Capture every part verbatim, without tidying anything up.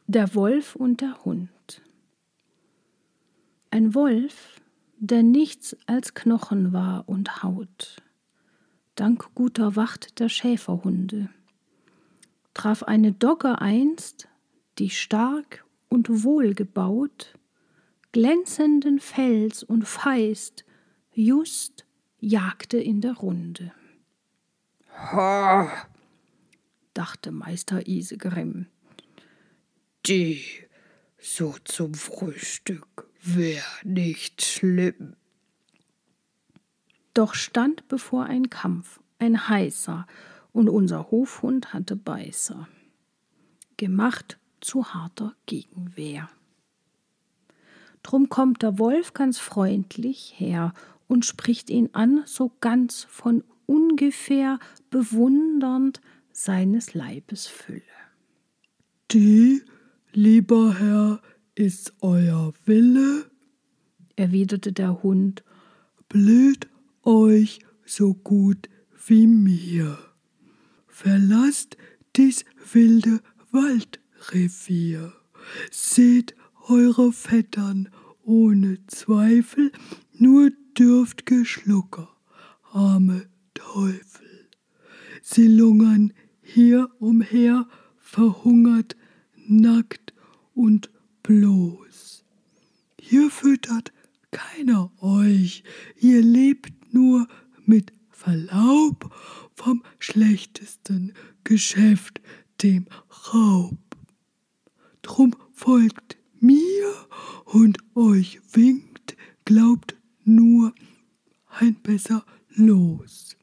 Der Wolf und der Hund. Ein Wolf, der nichts als Knochen war und Haut, dank guter Wacht der Schäferhunde, traf eine Dogge einst, die stark und wohlgebaut, glänzenden Fels und Feist just jagte in der Runde. Ha, dachte Meister Isegrimm, die so zum Frühstück wär nicht schlimm. Doch stand bevor ein Kampf, ein heißer, und unser Hofhund hatte Beißer, gemacht zu harter Gegenwehr. Drum kommt der Wolf ganz freundlich her und spricht ihn an, so ganz von ungefähr bewundernd seines Leibes Fülle. Die, lieber Herr, ist euer Wille, erwiderte der Hund, blüht euch so gut wie mir. Verlasst dies wilde Waldrevier, seht eure Vettern ohne Zweifel, nur dürft'ge Schlucker, arme Teufel. Sie lungern hier umher, verhungert, nackt und bloß. Hier füttert keiner euch, ihr lebt nur mit Verlaub vom schlechtesten Geschäft, dem Raub. Drum folgt mir und euch winkt, glaubt nur ein besser Los.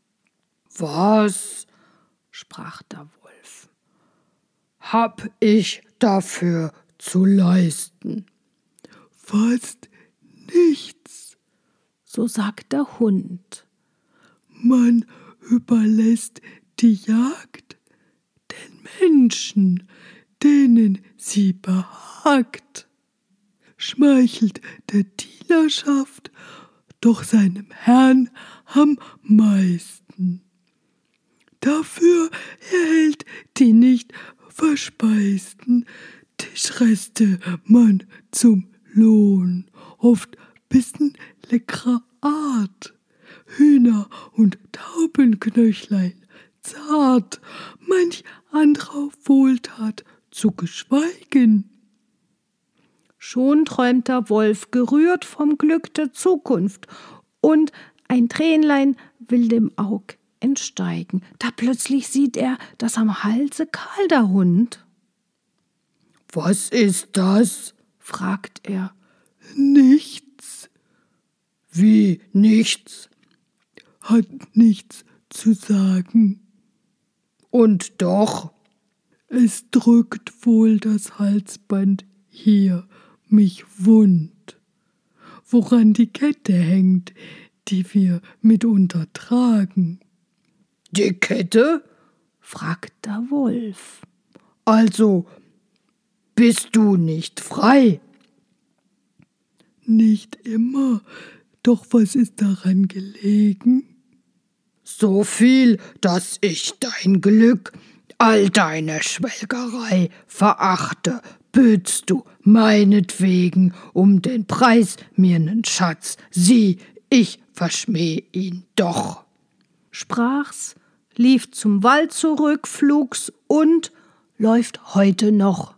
Was, sprach der Wolf, hab ich dafür zu leisten? Fast nichts, so sagt der Hund. Man überlässt die Jagd den Menschen, denen sie behagt. Schmeichelt der Dienerschaft doch seinem Herrn am meisten. Dafür erhält die nicht verspeisten Tischreste man zum Lohn, oft bissen leckerer Art, Hühner und Taubenknöchlein zart, manch anderer Wohltat zu geschweigen. Schon träumt der Wolf, gerührt vom Glück der Zukunft, und ein Tränlein will dem Aug entsteigen. Da plötzlich sieht er, dass am Halse kahl der Hund. Was ist das? fragt er. Nichts. Wie nichts? Hat nichts zu sagen. Und doch? Es drückt wohl das Halsband hier mich wund, woran die Kette hängt, die wir mitunter tragen. Die Kette? fragt der Wolf. Also bist du nicht frei? Nicht immer, doch was ist daran gelegen? So viel, dass ich dein Glück, all deine Schwelgerei verachte, bütst du meinetwegen um den Preis mir nen Schatz, sieh, ich verschmäh ihn doch. Sprach's, lief zum Wald zurück, flugs und läuft heute noch.